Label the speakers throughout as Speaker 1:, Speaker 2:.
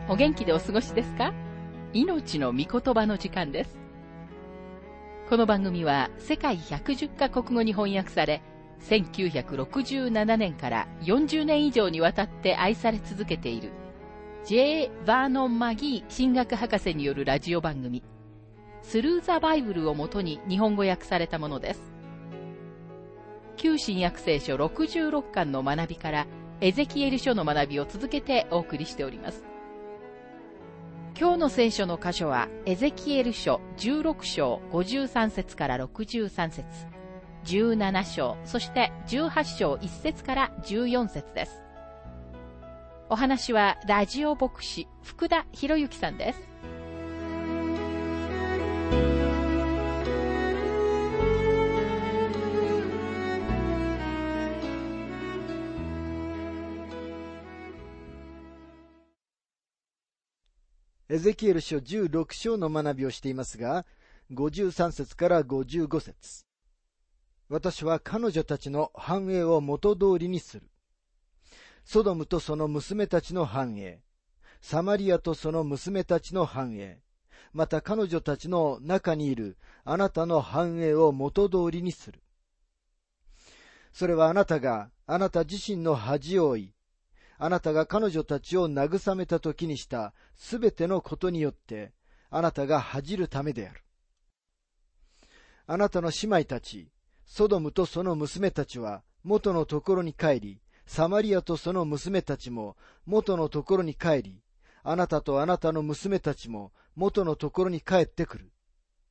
Speaker 1: お元気でお過ごしですか？命の御言葉の時間です。この番組は世界110カ国語に翻訳され、1967年から40年以上にわたって愛され続けている J. バーノン・マギー神学博士によるラジオ番組スルー・ザ・バイブルをもとに日本語訳されたものです。旧新約聖書66巻の学びからエゼキエル書の学びを続けてお送りしております。今日の聖書の箇所はエゼキエル書16章53節から63節、17章、そして18章1節から14節です。お話はラジオ牧師福田博之さんです。
Speaker 2: エゼキエル書16章の学びをしていますが、53節から55節。私は彼女たちの繁栄を元通りにする。ソドムとその娘たちの繁栄、サマリアとその娘たちの繁栄、また彼女たちの中にいるあなたの繁栄を元通りにする。それはあなたがあなた自身の恥を負い、あなたが彼女たちを慰めた時にしたすべてのことによって、あなたが恥じるためである。あなたの姉妹たち、ソドムとその娘たちは元のところに帰り、サマリアとその娘たちも元のところに帰り、あなたとあなたの娘たちも元のところに帰ってくる。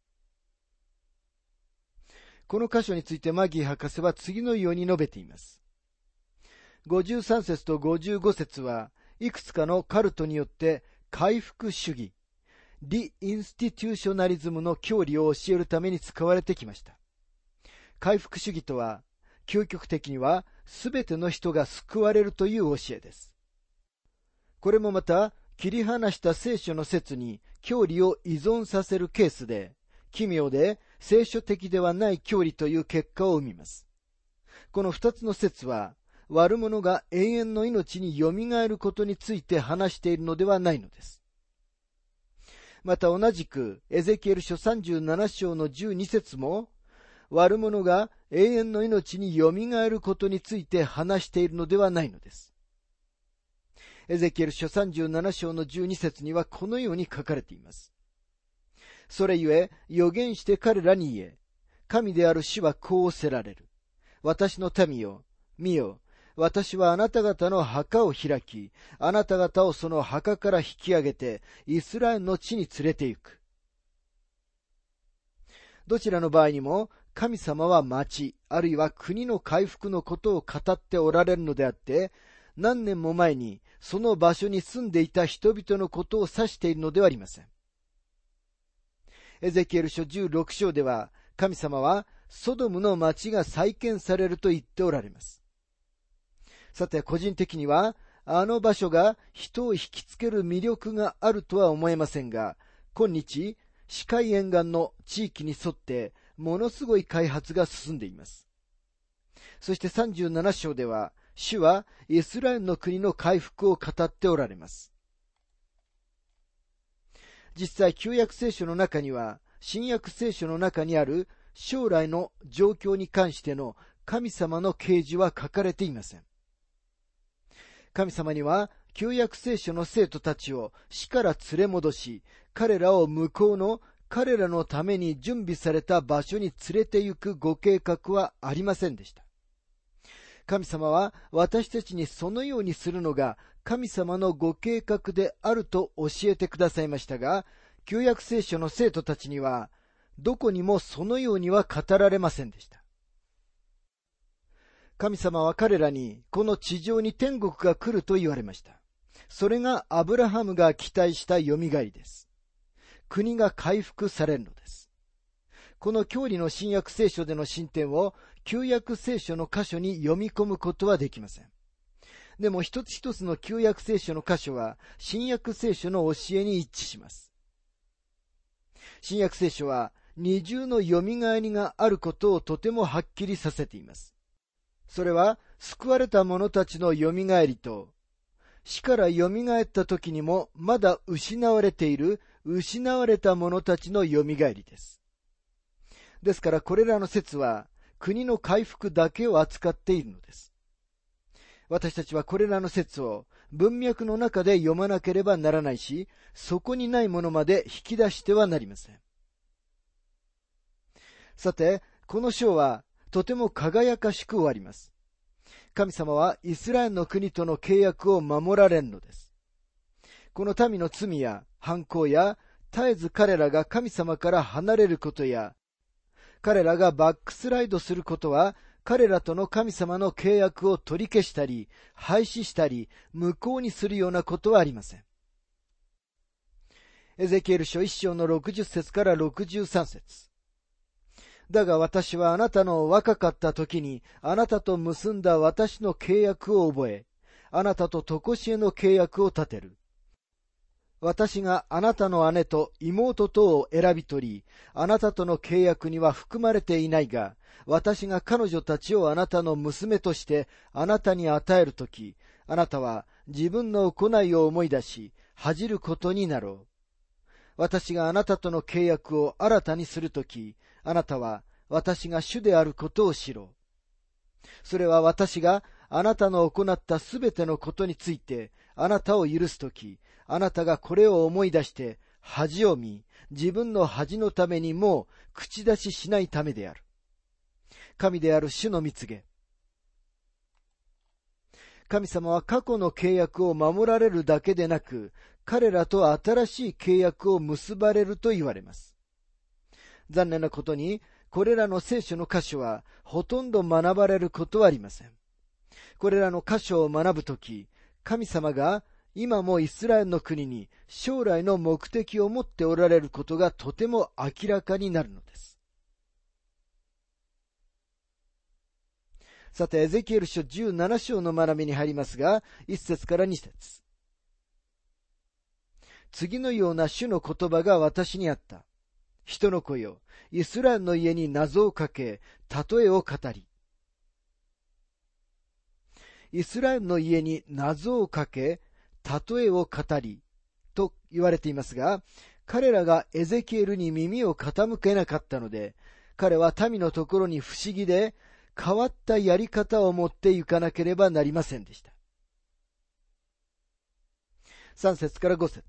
Speaker 2: この箇所についてマギー博士は次のように述べています。53節と55節はいくつかのカルトによって回復主義、リインスティテューショナリズムの教理を教えるために使われてきました。回復主義とは、究極的にはすべての人が救われるという教えです。これもまた、切り離した聖書の説に教理を依存させるケースで、奇妙で聖書的ではない教理という結果を生みます。この二つの説は、悪者が永遠の命によみがえることについて話しているのではないのです。また同じくエゼキエル書37章の12節も、悪者が永遠の命によみがえることについて話しているのではないのです。エゼキエル書37章の12節にはこのように書かれています。それゆえ預言して彼らに言え、神である主はこうおせられる。私の民よ、見よ、私はあなた方の墓を開き、あなた方をその墓から引き上げて、イスラエルの地に連れて行く。どちらの場合にも、神様は町、あるいは国の回復のことを語っておられるのであって、何年も前にその場所に住んでいた人々のことを指しているのではありません。エゼキエル書16章では、神様はソドムの町が再建されると言っておられます。さて、個人的には、あの場所が人を引きつける魅力があるとは思えませんが、今日、死海沿岸の地域に沿って、ものすごい開発が進んでいます。そして37章では、主はイスラエルの国の回復を語っておられます。実際、旧約聖書の中には、新約聖書の中にある将来の状況に関しての神様の啓示は書かれていません。神様には旧約聖書の生徒たちを死から連れ戻し、彼らを向こうの彼らのために準備された場所に連れて行くご計画はありませんでした。神様は私たちにそのようにするのが神様のご計画であると教えてくださいましたが、旧約聖書の生徒たちにはどこにもそのようには語られませんでした。神様は彼らにこの地上に天国が来ると言われました。それがアブラハムが期待したよみがえりです。国が回復されるのです。この教理の新約聖書での進展を旧約聖書の箇所に読み込むことはできません。でも一つ一つの旧約聖書の箇所は新約聖書の教えに一致します。新約聖書は二重のよみがえりがあることをとてもはっきりさせています。それは救われた者たちのよみがえりと死から蘇った時にもまだ失われている失われた者たちの蘇りです。ですからこれらの説は国の回復だけを扱っているのです。私たちはこれらの説を文脈の中で読まなければならないし、そこにないものまで引き出してはなりません。さて、この章はとても輝かしく終わります。神様はイスラエルの国との契約を守られるのです。この民の罪や反抗や、絶えず彼らが神様から離れることや、彼らがバックスライドすることは、彼らとの神様の契約を取り消したり、廃止したり、無効にするようなことはありません。エゼキエル書1章の60節から63節。だが私はあなたの若かった時にあなたと結んだ私の契約を覚え、あなたと常しえの契約を立てる。私があなたの姉と妹とを選び取り、あなたとの契約には含まれていないが、私が彼女たちをあなたの娘としてあなたに与えるとき、あなたは自分の行いを思い出し、恥じることになろう。私があなたとの契約を新たにするとき、あなたは私が主であることを知ろう。それは私があなたの行ったすべてのことについてあなたを許すとき、あなたがこれを思い出して恥を見、自分の恥のためにもう口出ししないためである。神である主の御告げ。神様は過去の契約を守られるだけでなく、彼らと新しい契約を結ばれると言われます。残念なことに、これらの聖書の箇所はほとんど学ばれることはありません。これらの箇所を学ぶとき、神様が今もイスラエルの国に将来の目的を持っておられることがとても明らかになるのです。さて、エゼキエル書17章の学びに入りますが、1節から2節。次のような主の言葉が私にあった。人の子よ、イスラエルの家に謎をかけ、例えを語り。イスラエルの家に謎をかけ、例えを語りと言われていますが、彼らがエゼキエルに耳を傾けなかったので、彼は民のところに不思議で変わったやり方を持って行かなければなりませんでした。3節から5節。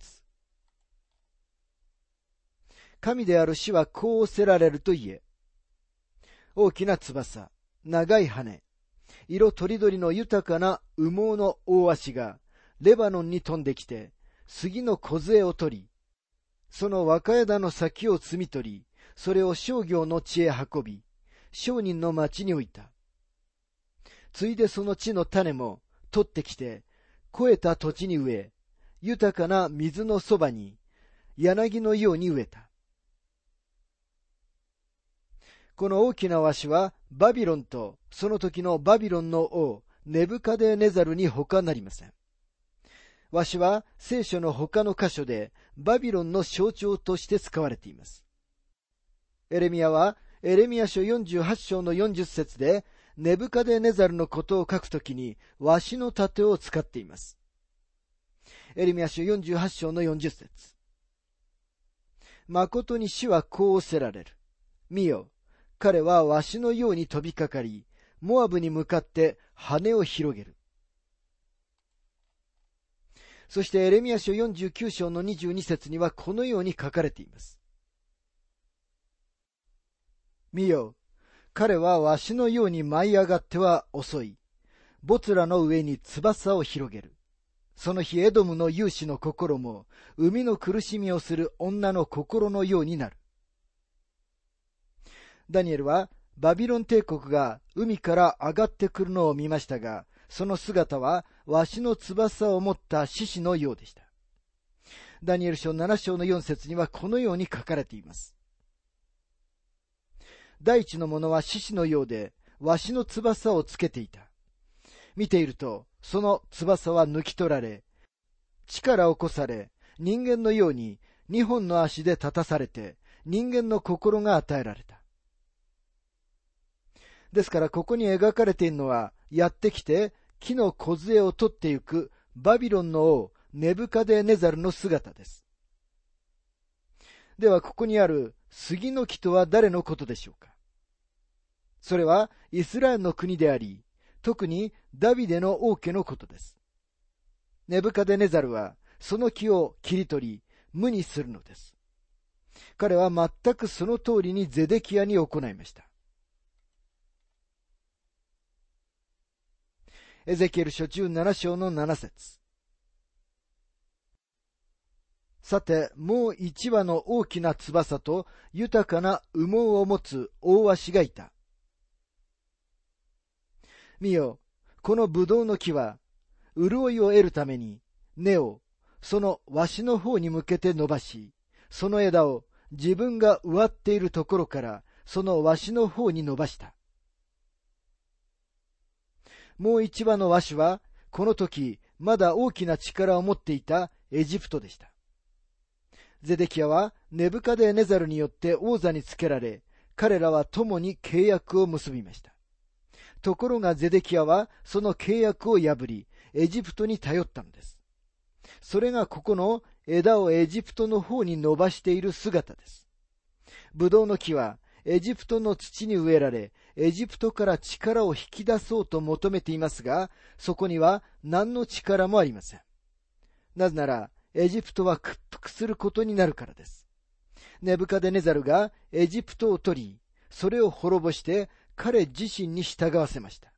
Speaker 2: 神である主はこう仰せられると言え。大きな翼、長い羽、色とりどりの豊かな羽毛の大足がレバノンに飛んできて、杉の梢を取り、その若枝の先を摘み取り、それを商業の地へ運び、商人の町に置いた。ついでその地の種も取ってきて、肥えた土地に植え、豊かな水のそばに、柳のように植えた。この大きなワシはバビロンとその時のバビロンの王ネブカデネザルに他なりません。ワシは聖書の他の箇所でバビロンの象徴として使われています。エレミヤはエレミヤ書48章の40節でネブカデネザルのことを書くときにワシの盾を使っています。エレミヤ書48章の40節。誠に主はこう仰せられる。見よ、彼はワシのように飛びかかり、モアブに向かって羽を広げる。そしてエレミヤ書49章の22節にはこのように書かれています。見よ、彼はわしのように舞い上がっては遅い。ボツラの上に翼を広げる。その日エドムの勇士の心も、海の苦しみをする女の心のようになる。ダニエルはバビロン帝国が海から上がってくるのを見ましたが、その姿はわしの翼を持った獅子のようでした。ダニエル書7章の4節にはこのように書かれています。大地のものは獅子のようで、わしの翼をつけていた。見ていると、その翼は抜き取られ、地から起こされ、人間のように2本の足で立たされて、人間の心が与えられた。ですからここに描かれているのは、やってきて木の梢を取ってゆくバビロンの王ネブカデネザルの姿です。ではここにある杉の木とは誰のことでしょうか。それはイスラエルの国であり、特にダビデの王家のことです。ネブカデネザルはその木を切り取り無にするのです。彼は全くその通りにゼデキヤに行いました。エゼキエル書17章の7節。さて、もう一羽の大きな翼と豊かな羽毛を持つ大鷲がいた。見よ、このブドウの木は、潤いを得るために根をその鷲の方に向けて伸ばし、その枝を自分が植わっているところからその鷲の方に伸ばした。もう一羽の鷲は、この時まだ大きな力を持っていたエジプトでした。ゼデキヤはネブカデネザルによって王座につけられ、彼らは共に契約を結びました。ところがゼデキヤはその契約を破り、エジプトに頼ったのです。それがここの枝をエジプトの方に伸ばしている姿です。ブドウの木はエジプトの土に植えられ、エジプトから力を引き出そうと求めていますが、そこには何の力もありません。なぜなら、エジプトは屈服することになるからです。ネブカデネザルがエジプトを取り、それを滅ぼして彼自身に従わせました。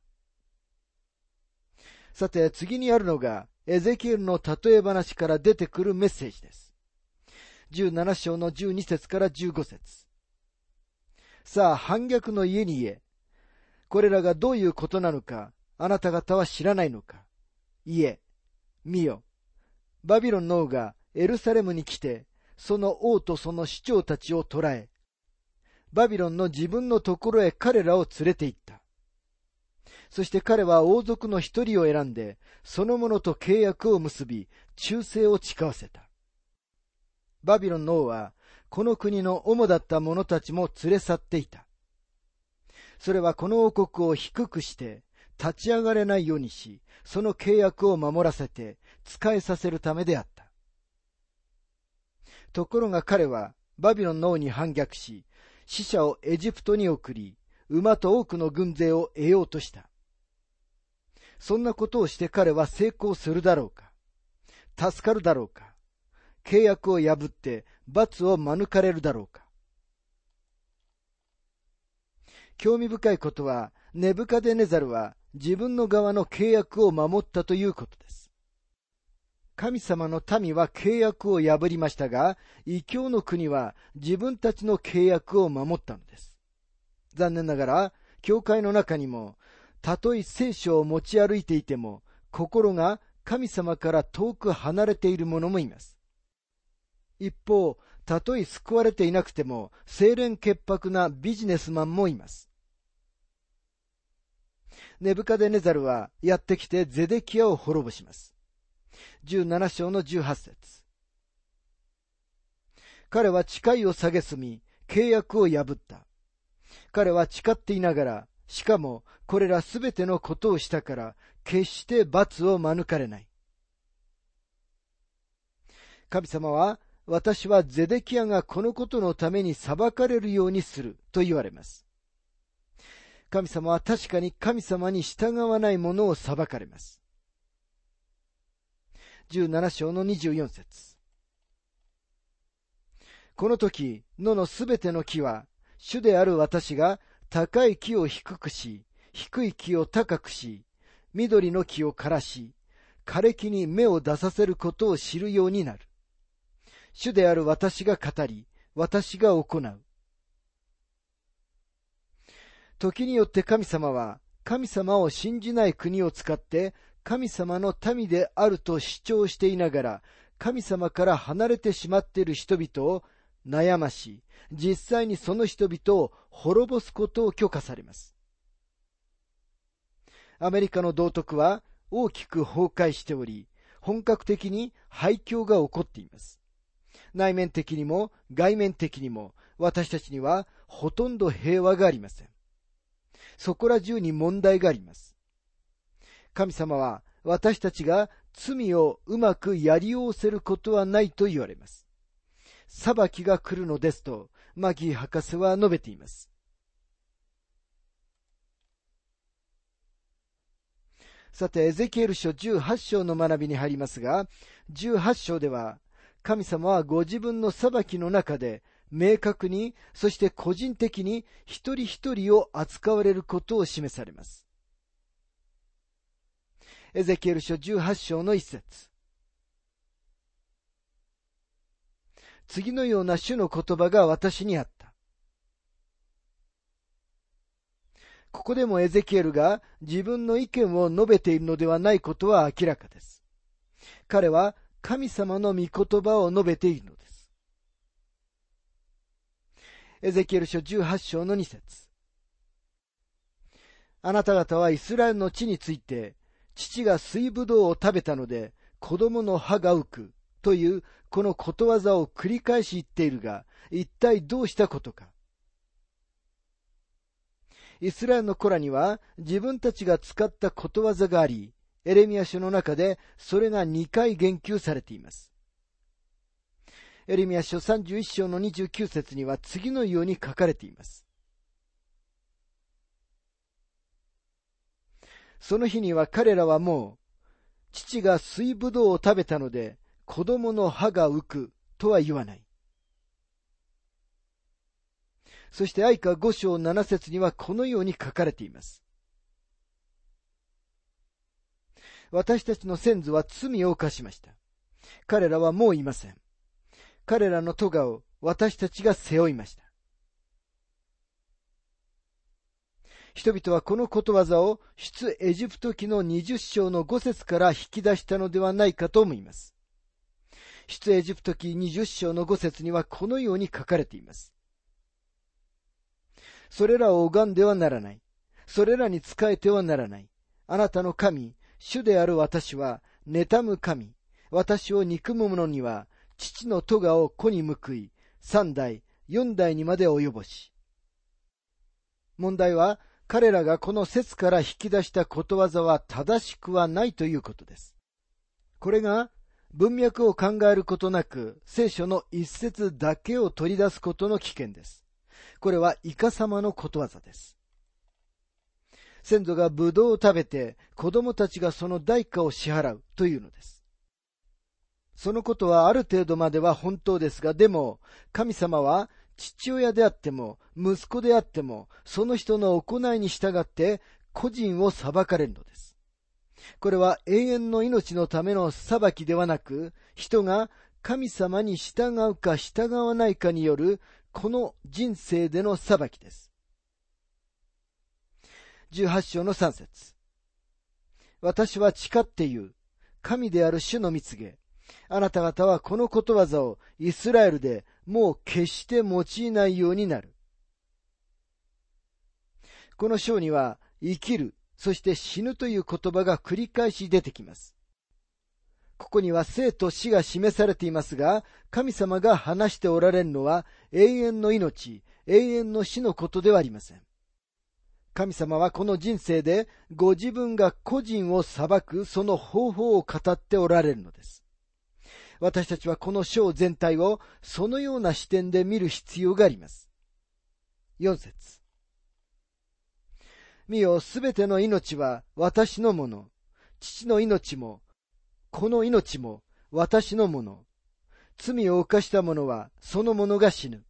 Speaker 2: さて、次にあるのが、エゼキエルの例え話から出てくるメッセージです。17章の12節から15節。さあ、反逆の家に言え。これらがどういうことなのか、あなた方は知らないのか。言え、見よ。バビロンの王がエルサレムに来て、その王とその首長たちを捕らえ、バビロンの自分のところへ彼らを連れて行った。そして彼は王族の一人を選んで、その者と契約を結び、忠誠を誓わせた。バビロンの王は、この国の主だった者たちも連れ去っていた。それはこの王国を低くして、立ち上がれないようにし、その契約を守らせて、仕えさせるためであった。ところが彼は、バビロンの王に反逆し、使者をエジプトに送り、馬と多くの軍勢を得ようとした。そんなことをして彼は成功するだろうか。助かるだろうか。契約を破って罰を免れるだろうか。興味深いことは、ネブカデネザルは自分の側の契約を守ったということです。神様の民は契約を破りましたが、異教の国は自分たちの契約を守ったのです。残念ながら、教会の中にも、たとえ聖書を持ち歩いていても、心が神様から遠く離れている者もいます。一方、たとえ救われていなくても、清廉潔白なビジネスマンもいます。ネブカデネザルはやってきてゼデキヤを滅ぼします。17章の18節。彼は誓いを蔑み、契約を破った。彼は誓っていながら、しかもこれらすべてのことをしたから、決して罰を免れない。神様は、私はゼデキヤがこのことのために裁かれるようにすると言われます。神様は確かに神様に従わない者を裁かれます。17章の24節。この時、野のすべての木は、主である私が高い木を低くし、低い木を高くし、緑の木を枯らし、枯れ木に芽を出させることを知るようになる。主である私が語り、私が行う。時によって神様は、神様を信じない国を使って、神様の民であると主張していながら、神様から離れてしまっている人々を悩まし、実際にその人々を滅ぼすことを許可されます。アメリカの道徳は大きく崩壊しており、本格的に廃墟が起こっています。内面的にも外面的にも私たちにはほとんど平和がありません。そこら中に問題があります。神様は私たちが罪をうまくやりおせることはないと言われます。裁きが来るのですと、マギー博士は述べています。さて、エゼキエル書18章の学びに入りますが、18章では、神様はご自分の裁きの中で、明確に、そして個人的に一人一人を扱われることを示されます。エゼキエル書18章の一節。次のような主の言葉が私にあった。ここでもエゼキエルが自分の意見を述べているのではないことは明らかです。彼は神様の御言葉を述べているのです。エゼキエル書18章の2節。あなた方はイスラエルの地について、父が水ぶどうを食べたので子供の歯が浮くというこのことわざを繰り返し言っているが、一体どうしたことか。イスラエルの子らには自分たちが使ったことわざがあり、エレミヤ書の中でそれが2回言及されています。エレミヤ書31章の29節には次のように書かれています。その日には彼らはもう、父が水ぶどうを食べたので子供の歯が浮くとは言わない。そして愛歌5章7節にはこのように書かれています。私たちの先祖は罪を犯しました。彼らはもういません。彼らの咎を私たちが背負いました。人々はこのことわざを出エジプト記の20章の5節から引き出したのではないかと思います。出エジプト記20章の5節にはこのように書かれています。それらを拝んではならない。それらに仕えてはならない。あなたの神、主である私は、妬む神。私を憎む者には、父の咎を子に報い、3代、4代にまで及ぼし。問題は、彼らがこの説から引き出したことわざは正しくはないということです。これが、文脈を考えることなく、聖書の一節だけを取り出すことの危険です。これはイカ様のことわざです。先祖がブドウを食べて子供たちがその代価を支払うというのです。そのことはある程度までは本当ですが、でも神様は父親であっても息子であってもその人の行いに従って個人を裁かれるのです。これは永遠の命のための裁きではなく、人が神様に従うか従わないかによるこの人生での裁きです。18章の3節。私は誓って言う。神である主の御告げ。あなた方はこのことわざをイスラエルでもう決して用いないようになる。この章には生きる、そして死ぬという言葉が繰り返し出てきます。ここには生と死が示されていますが、神様が話しておられるのは永遠の命、永遠の死のことではありません。神様はこの人生でご自分が個人を裁くその方法を語っておられるのです。私たちはこの章全体をそのような視点で見る必要があります。4節。見よ、すべての命は私のもの。父の命もこの命も私のもの。罪を犯した者はその者が死ぬ。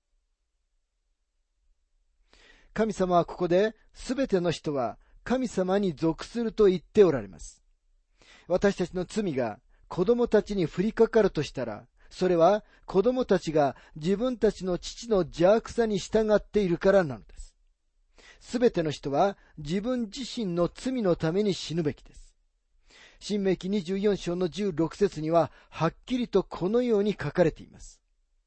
Speaker 2: 神様はここで、すべての人は神様に属すると言っておられます。私たちの罪が子供たちに降りかかるとしたら、それは子供たちが自分たちの父の邪悪さに従っているからなのです。すべての人は自分自身の罪のために死ぬべきです。申命記24章の16節にははっきりとこのように書かれています。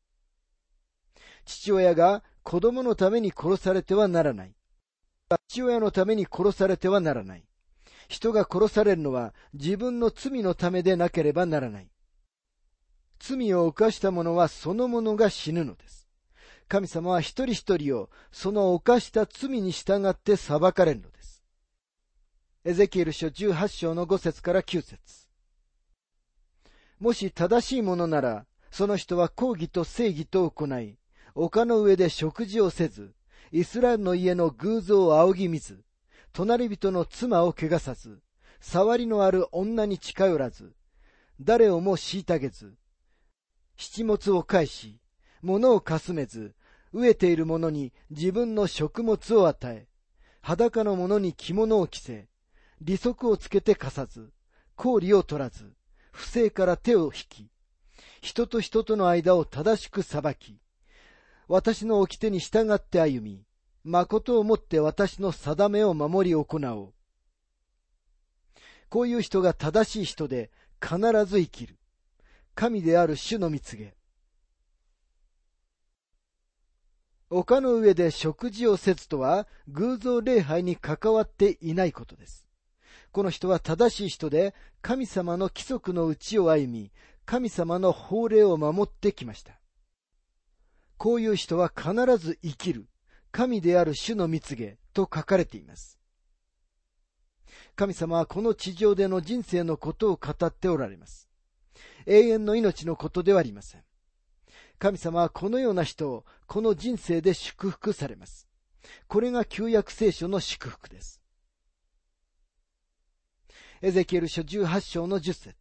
Speaker 2: 父親が子供のために殺されてはならない。父親のために殺されてはならない。人が殺されるのは自分の罪のためでなければならない。罪を犯した者はその者が死ぬのです。神様は一人一人をその犯した罪に従って裁かれるのです。エゼキエル書18章の5節から9節。 もし正しいものなら、その人は公義と正義と行い、丘の上で食事をせず、イスラエルの家の偶像を仰ぎ見ず、隣人の妻を汚さず、触りのある女に近寄らず、誰をも虐げず、七物を返し、物をかすめず、飢えている者に自分の食物を与え、裸の者に着物を着せ、利息をつけて貸さず、公理を取らず、不正から手を引き、人と人との間を正しく裁き、私の掟に従って歩み、誠をもって私の定めを守り行おう。こういう人が正しい人で必ず生きる。神である主の蜜げ。丘の上で食事をせずとは偶像礼拝に関わっていないことです。この人は正しい人で神様の規則のうちを歩み、神様の法令を守ってきました。こういう人は必ず生きる。神である主の蜜げと書かれています。神様はこの地上での人生のことを語っておられます。永遠の命のことではありません。神様はこのような人をこの人生で祝福されます。これが旧約聖書の祝福です。エゼキエル書18章の10節。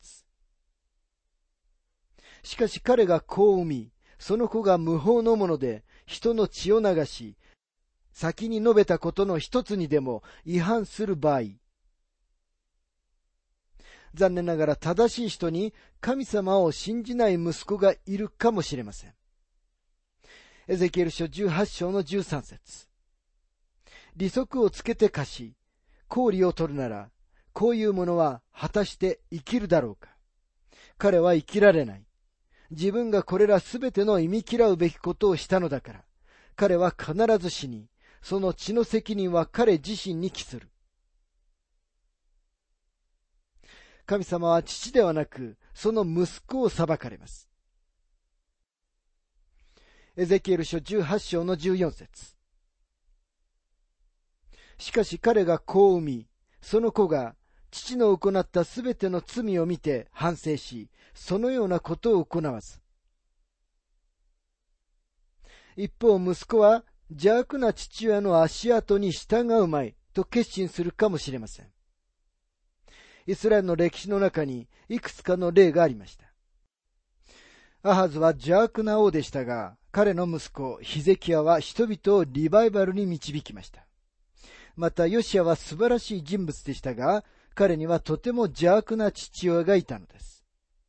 Speaker 2: しかし彼が子を産み、その子が無法のもので人の血を流し、先に述べたことの一つにでも違反する場合、残念ながら正しい人に神様を信じない息子がいるかもしれません。エゼキエル書18章の13節。利息をつけて貸し、公理を取るなら、こういう者は果たして生きるだろうか。彼は生きられない。自分がこれらすべての忌み嫌うべきことをしたのだから、彼は必ず死に、その血の責任は彼自身に帰する。神様は父ではなく、その息子を裁かれます。エゼキエル書18章の14節。しかし彼が子を産み、その子が父の行ったすべての罪を見て反省し、そのようなことを行わず。一方、息子は邪悪な父親の足跡に従うまいと決心するかもしれません。イスラエルの歴史の中にいくつかの例がありました。アハズは邪悪な王でしたが、彼の息子ヒゼキヤは人々をリバイバルに導きました。またヨシアは素晴らしい人物でしたが、彼にはとても邪悪な父親がいたのです。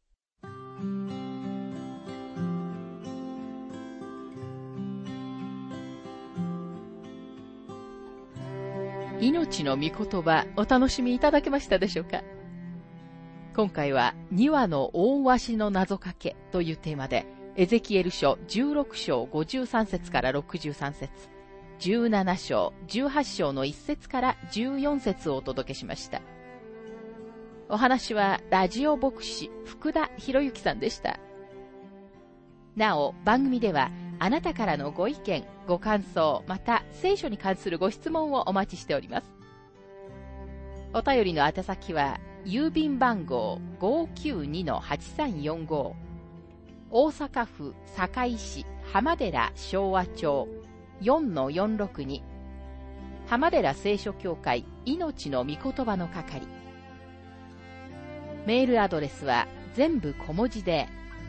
Speaker 1: 命の御言葉、お楽しみいただけましたでしょうか。今回は2羽の大鷲の謎かけというテーマで、エゼキエル書16章53節から63節、17章18章の1節から14節をお届けしました。お話はラジオ牧師福田博之さんでした。なお、番組ではあなたからのご意見、ご感想、また聖書に関するご質問をお待ちしております。お便りの宛先は郵便番号 592-8345 大阪府堺市浜寺昭和町 4-462 浜寺聖書協会命の御言葉の係。メールアドレスは全部小文字で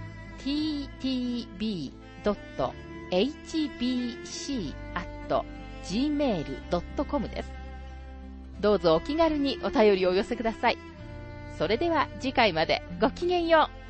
Speaker 1: ttb.hbc@gmail.com です。どうぞお気軽にお便りをお寄せください。それでは次回までごきげんよう。